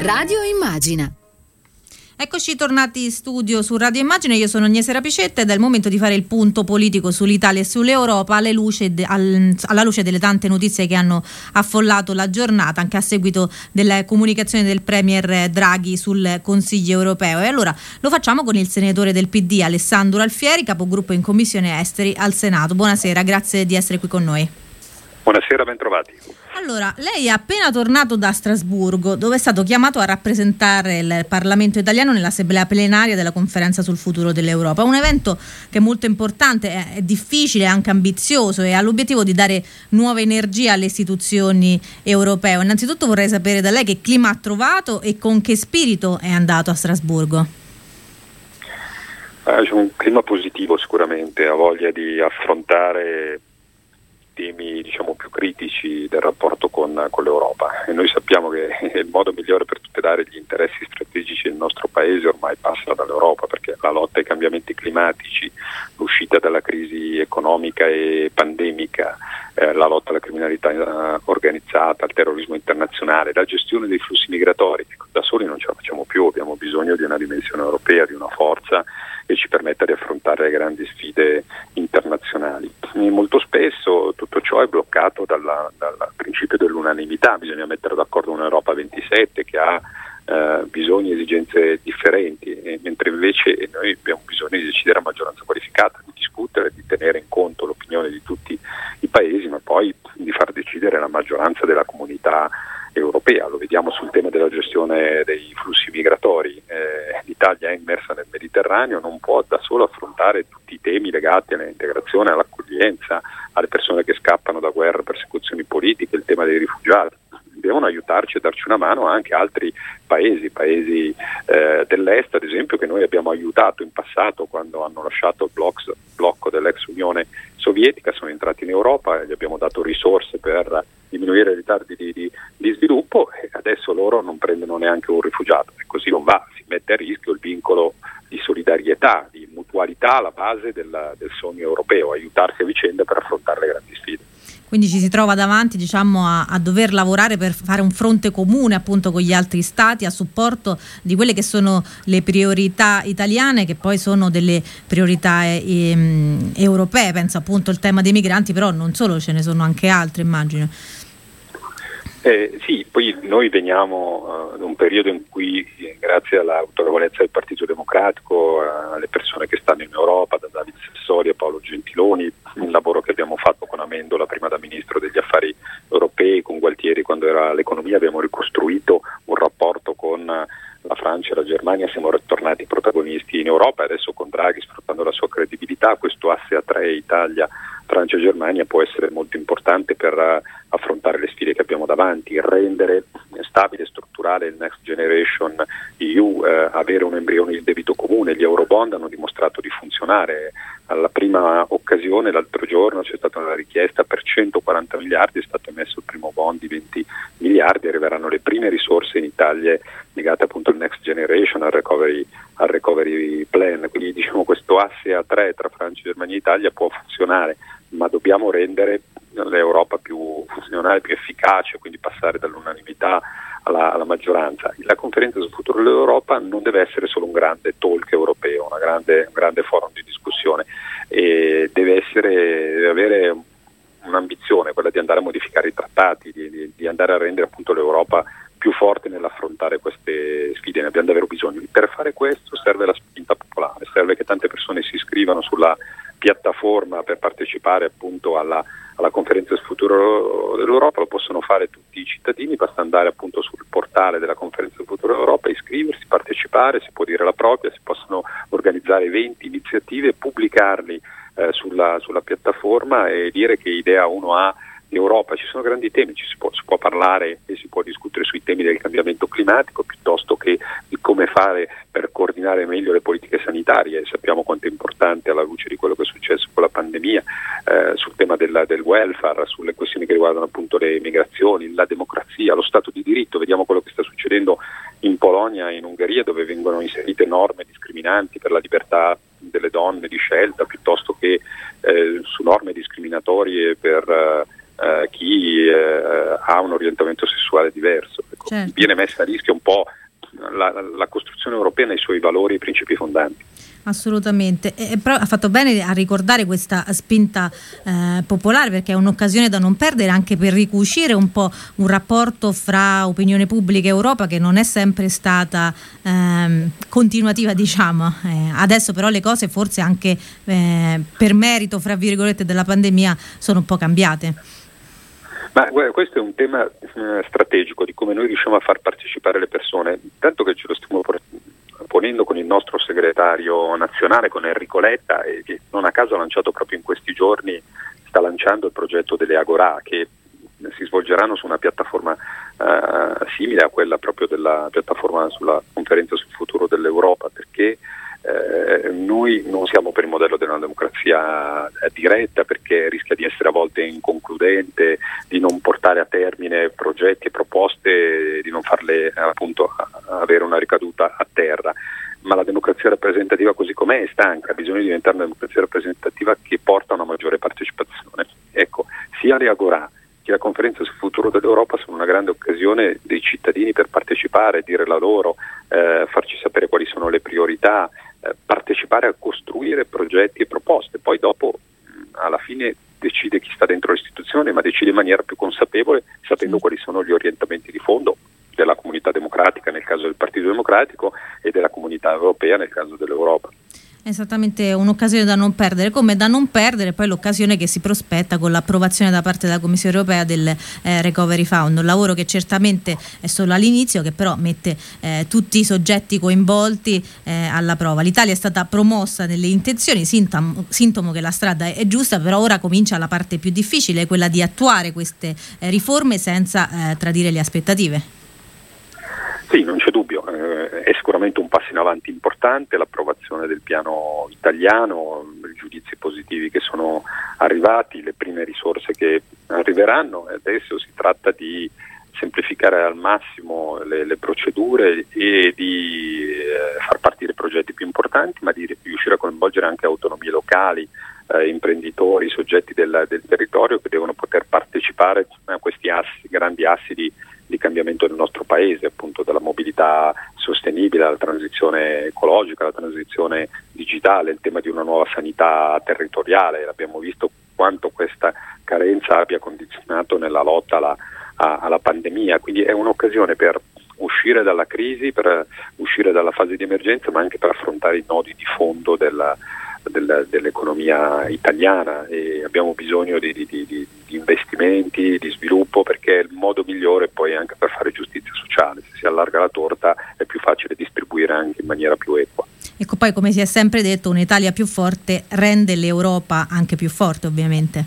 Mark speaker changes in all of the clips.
Speaker 1: Radio Immagina.
Speaker 2: Eccoci tornati in studio su Radio Immagine, io sono Agnese Rapicetta ed è il momento di fare il punto politico sull'Italia e sull'Europa alla luce delle tante notizie che hanno affollato la giornata, anche a seguito della comunicazione del Premier Draghi sul Consiglio europeo. E allora lo facciamo con il senatore del PD Alessandro Alfieri, capogruppo in Commissione Esteri al Senato. Buonasera, grazie di essere qui con noi.
Speaker 3: Buonasera, ben trovati.
Speaker 2: Allora, lei è appena tornato da Strasburgo, dove è stato chiamato a rappresentare il Parlamento italiano nell'assemblea plenaria della conferenza sul futuro dell'Europa. Un evento che è molto importante, è difficile, è anche ambizioso e ha l'obiettivo di dare nuova energia alle istituzioni europee. Innanzitutto vorrei sapere da lei che clima ha trovato e con che spirito è andato a Strasburgo.
Speaker 3: C'è un clima positivo sicuramente, ha voglia di affrontare temi più critici del rapporto con l'Europa, e noi sappiamo che il modo migliore per tutelare gli interessi strategici del nostro paese ormai passa dall'Europa, perché la lotta ai cambiamenti climatici, l'uscita dalla crisi economica e pandemica, la lotta alla criminalità organizzata, al terrorismo internazionale, la gestione dei flussi migratori, da soli non ce la facciamo più, abbiamo bisogno di una dimensione europea, di una forza che ci permetta di affrontare le grandi sfide internazionali. E molto spesso tutto ciò è bloccato dal principio dell'unanimità, bisogna mettere d'accordo un'Europa 27 che ha bisogni e esigenze differenti, mentre invece noi abbiamo bisogno di decidere a maggioranza qualificata, di discutere, di tenere in conto l'opinione di tutti i paesi, ma poi di far decidere la maggioranza della comunità europea. Lo vediamo sul tema della gestione dei flussi migratori. L'Italia è immersa nel Mediterraneo, non può da solo affrontare tutti i temi legati all'integrazione, all'accoglienza, alle persone che scappano da guerre, persecuzioni politiche, il tema dei rifugiati. Devono aiutarci e darci una mano anche altri paesi dell'est, ad esempio, che noi abbiamo aiutato in passato quando hanno lasciato il blocco dell'ex Unione Sovietica, sono entrati in Europa e gli abbiamo dato risorse per diminuire i ritardi di sviluppo, e adesso loro non prendono neanche un rifugiato, e così non va, si mette a rischio il vincolo di solidarietà, di mutualità alla base del sogno europeo, aiutarsi a vicenda per affrontare le grandi sfide.
Speaker 2: Quindi ci si trova davanti a dover lavorare per fare un fronte comune appunto con gli altri stati a supporto di quelle che sono le priorità italiane, che poi sono delle priorità europee. Penso appunto al tema dei migranti, però non solo, ce ne sono anche altri, immagino.
Speaker 3: Sì, poi noi veniamo da un periodo in cui, grazie all'autorevolezza del Partito Democratico, alle persone che stanno in Europa, da David Sassoli a Paolo Gentiloni, il lavoro che abbiamo fatto con Amendola prima da Ministro degli Affari Europei, con Gualtieri quando era all'economia, abbiamo ricostruito un rapporto con la Francia e la Germania, siamo ritornati protagonisti in Europa, e adesso con Draghi, sfruttando la sua credibilità, questo asse a tre Italia, Francia e Germania può essere molto importante per affrontare le sfide che abbiamo davanti, rendere stabile e strutturale il Next Generation EU, avere un embrione di debito comune. Gli Eurobond hanno dimostrato di funzionare. Alla prima occasione, l'altro giorno, c'è stata una richiesta per 140 miliardi, è stato emesso il primo bond di 20 miliardi, arriveranno le prime risorse in Italia legate appunto al Next Generation, al recovery plan. Quindi questo asse a tre tra Francia, Germania e Italia può funzionare, ma dobbiamo rendere l'Europa più funzionale, più efficace, quindi passare dall'unanimità alla maggioranza. La conferenza sul futuro dell'Europa non deve essere solo un grande talk europeo, un grande forum di discussione, e deve avere un'ambizione, quella di andare a modificare i trattati, di andare a rendere appunto l'Europa più forte nell'affrontare queste sfide. Ne abbiamo davvero bisogno. Per fare questo serve la spinta popolare, serve che tante persone si iscrivano sulla piattaforma per partecipare appunto alla conferenza sul futuro dell'Europa. Lo possono fare tutti i cittadini, basta andare appunto sul portale della conferenza sul futuro dell'Europa, iscriversi, partecipare, si può dire la propria, si possono organizzare eventi, iniziative, pubblicarli sulla piattaforma e dire che idea uno ha di Europa. Ci sono grandi temi, si può parlare e si può discutere sui temi del cambiamento climatico piuttosto che di come fare per coordinare meglio le politiche sanitarie. Sappiamo quanto è importante, alla luce di quello che è successo con la pandemia, sul tema del welfare, sulle questioni che riguardano appunto le migrazioni, la democrazia, lo Stato di diritto. Vediamo quello che sta succedendo in Polonia e in Ungheria, dove vengono inserite norme discriminanti per la libertà delle donne di scelta, piuttosto che su norme discriminatorie per chi ha un orientamento sessuale diverso. Ecco,
Speaker 2: certo.
Speaker 3: Viene messa a rischio un po' la costruzione europea nei suoi valori e principi fondanti.
Speaker 2: Assolutamente, però ha fatto bene a ricordare questa spinta popolare, perché è un'occasione da non perdere anche per ricucire un po' un rapporto fra opinione pubblica e Europa che non è sempre stata continuativa, diciamo. Adesso però le cose forse anche per merito, fra virgolette, della pandemia sono un po' cambiate.
Speaker 3: Ma questo è un tema strategico di come noi riusciamo a far partecipare le persone, tanto che ce lo stiamo ponendo con il nostro segretario nazionale, con Enrico Letta, e che non a caso ha lanciato proprio in questi giorni, sta lanciando il progetto delle Agorà, che si svolgeranno su una piattaforma simile a quella proprio della piattaforma sulla conferenza sul futuro dell'Europa, perché noi non siamo per il modello della democrazia diretta, perché rischia di essere a volte inconcludente, di non portare a termine progetti e proposte, di non farle appunto avere una ricaduta a terra. Ma la democrazia rappresentativa così com'è è stanca, ha bisogno di diventare una democrazia rappresentativa che porta a una maggiore partecipazione. Ecco, sia le Agorà che la conferenza sul futuro dell'Europa sono una grande occasione dei cittadini per partecipare, dire la loro, farci sapere quali sono le priorità, partecipare a costruire progetti e proposte. Poi dopo alla fine decide chi sta dentro l'istituzione, ma decide in maniera più consapevole, sapendo quali sono gli orientamenti di fondo della comunità democratica nel caso del Partito Democratico e della comunità europea nel caso dell'Europa.
Speaker 2: Esattamente, un'occasione da non perdere, come da non perdere poi l'occasione che si prospetta con l'approvazione da parte della Commissione Europea del Recovery Fund, un lavoro che certamente è solo all'inizio, che però mette tutti i soggetti coinvolti alla prova. L'Italia è stata promossa nelle intenzioni, sintomo che la strada è giusta, però ora comincia la parte più difficile, quella di attuare queste riforme senza tradire le aspettative.
Speaker 3: Sì, non c'è dubbio, è sicuramente un passo in avanti importante l'approvazione del piano italiano, i giudizi positivi che sono arrivati, le prime risorse che arriveranno. Adesso si tratta di semplificare al massimo le procedure e di far partire progetti più importanti, ma di riuscire a coinvolgere anche autonomie locali, imprenditori, soggetti del territorio che devono poter partecipare a questi grandi assi di cambiamento del nostro paese, appunto dalla mobilità sostenibile alla transizione ecologica, alla transizione digitale, il tema di una nuova sanità territoriale. Abbiamo visto quanto questa carenza abbia condizionato nella lotta alla pandemia, quindi è un'occasione per uscire dalla crisi, per uscire dalla fase di emergenza, ma anche per affrontare i nodi di fondo dell'economia italiana, e abbiamo bisogno di investimenti, di sviluppo, perché è il modo migliore poi anche per fare giustizia sociale. Se si allarga la torta è più facile distribuire anche in maniera più equa.
Speaker 2: Ecco, poi come si è sempre detto, un'Italia più forte rende l'Europa anche più forte, ovviamente.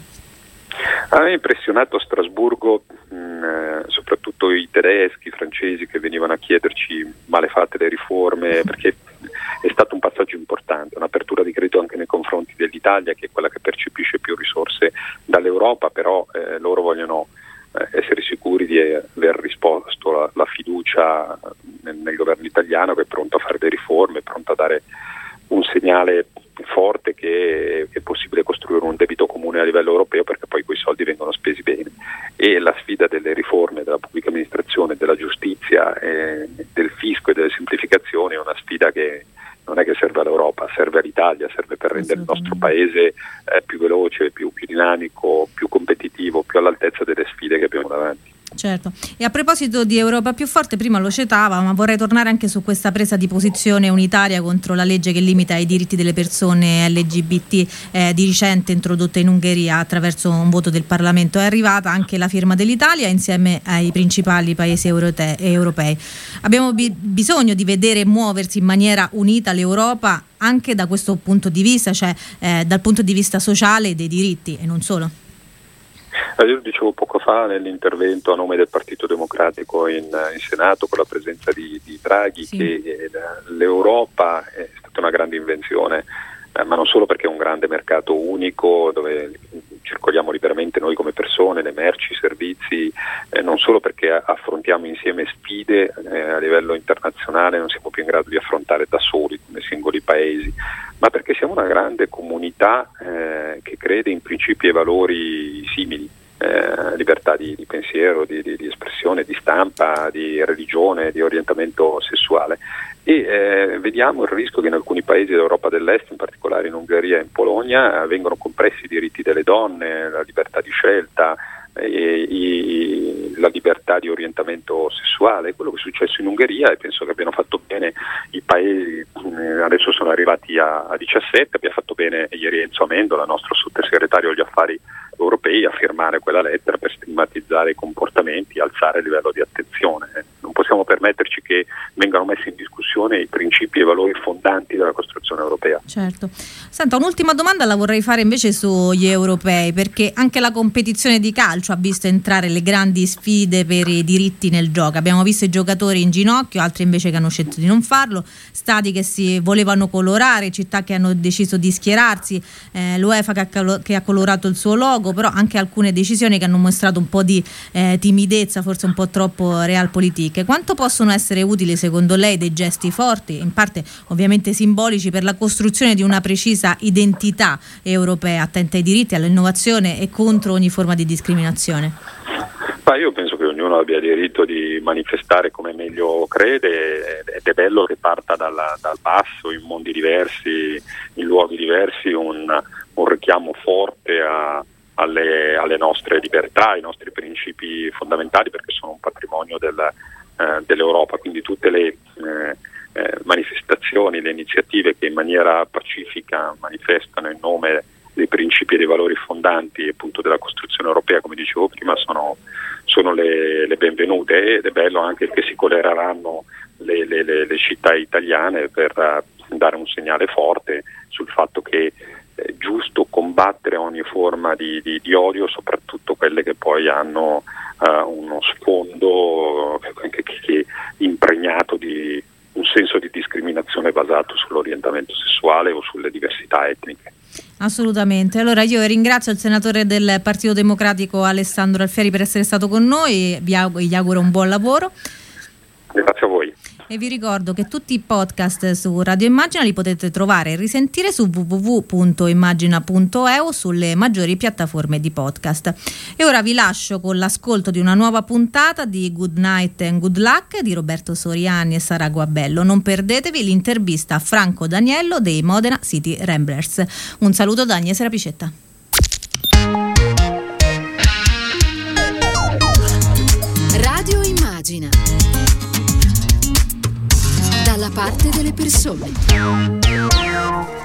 Speaker 3: A me ha impressionato Strasburgo, soprattutto i tedeschi, i francesi che venivano a chiederci malefatte le riforme, perché è stato un passaggio importante, un'apertura di credito anche nei confronti dell'Italia, che è quella che percepisce più risorse dall'Europa, però loro vogliono essere sicuri di aver risposto la fiducia nel governo italiano, che è pronto a fare le riforme, è pronto a dare un segnale forte che è possibile costruire un debito comune a livello europeo, perché poi quei soldi vengono spesi bene. E la sfida delle riforme della pubblica amministrazione, della giustizia, del fisco e delle semplificazioni è una sfida che non è che serve all'Europa, serve all'Italia, serve per rendere il nostro paese più veloce, più dinamico, più competitivo, più all'altezza delle sfide che abbiamo davanti.
Speaker 2: Certo, e a proposito di Europa più forte, prima lo citava, ma vorrei tornare anche su questa presa di posizione unitaria contro la legge che limita i diritti delle persone LGBT di recente introdotta in Ungheria attraverso un voto del Parlamento. È arrivata anche la firma dell'Italia insieme ai principali paesi europei. Abbiamo bisogno di vedere muoversi in maniera unita l'Europa anche da questo punto di vista, cioè dal punto di vista sociale e dei diritti, e non solo.
Speaker 3: Io dicevo poco fa nell'intervento a nome del Partito Democratico in Senato, con la presenza di Draghi, sì, che l'Europa è stata una grande invenzione, ma non solo perché è un grande mercato unico dove circoliamo liberamente noi come persone, le merci, i servizi, non solo perché affrontiamo insieme sfide a livello internazionale, non siamo più in grado di affrontare da soli come singoli paesi, ma perché siamo una grande comunità che crede in principi e valori simili. libertà di pensiero, di espressione, di stampa, di religione, di orientamento sessuale. E vediamo il rischio che in alcuni paesi d'Europa dell'Est, in particolare in Ungheria e in Polonia, vengono compressi i diritti delle donne, la libertà di scelta, la libertà di orientamento sessuale. Quello che è successo in Ungheria, e penso che abbiano fatto bene i paesi, adesso sono arrivati a 17, abbia fatto bene ieri Enzo Amendola, nostro sottosegretario agli affari europei, a firmare quella lettera per stigmatizzare i comportamenti, alzare il livello di attenzione. Non possiamo permetterci che vengano messi in discussione i principi e i valori fondanti della costruzione europea.
Speaker 2: Certo. Senta, un'ultima domanda la vorrei fare invece sugli europei, perché anche la competizione di calcio ha visto entrare le grandi sfide per i diritti nel gioco. Abbiamo visto i giocatori in ginocchio, altri invece che hanno scelto di non farlo, stadi che si volevano colorare, città che hanno deciso di schierarsi, l'UEFA che ha colorato il suo logo, però anche alcune decisioni che hanno mostrato un po' di timidezza, forse un po' troppo realpolitik. Quanto possono essere utili secondo lei dei gesti forti, in parte ovviamente simbolici, per la costruzione di una precisa identità europea attenta ai diritti, all'innovazione e contro ogni forma di discriminazione?
Speaker 3: Io penso che ognuno abbia diritto di manifestare come meglio crede, ed è bello che parta dal basso, in mondi diversi, in luoghi diversi, un richiamo forte alle nostre libertà, ai nostri principi fondamentali, perché sono un patrimonio dell'Europa. Quindi tutte le manifestazioni, le iniziative che in maniera pacifica manifestano in nome dei principi e dei valori fondanti appunto della costruzione europea, come dicevo prima, sono le benvenute, ed è bello anche che si colereranno le città italiane per dare un segnale forte sul fatto che è giusto combattere ogni forma di odio, soprattutto quelle che poi hanno uno sfondo che impregnato di un senso di discriminazione basato sull'orientamento sessuale o sulle diversità etniche.
Speaker 2: Assolutamente. Allora io ringrazio il senatore del Partito Democratico Alessandro Alfieri per essere stato con noi, gli auguro un buon lavoro.
Speaker 3: Grazie a voi.
Speaker 2: E vi ricordo che tutti i podcast su Radio Immagina li potete trovare e risentire su www.immagina.eu, sulle maggiori piattaforme di podcast. E ora vi lascio con l'ascolto di una nuova puntata di Good Night and Good Luck di Roberto Soriani e Sara Guabello. Non perdetevi l'intervista a Franco Daniello dei Modena City Ramblers. Un saluto da Agnese Rapicetta.
Speaker 1: Radio Immagina, dalla parte delle persone.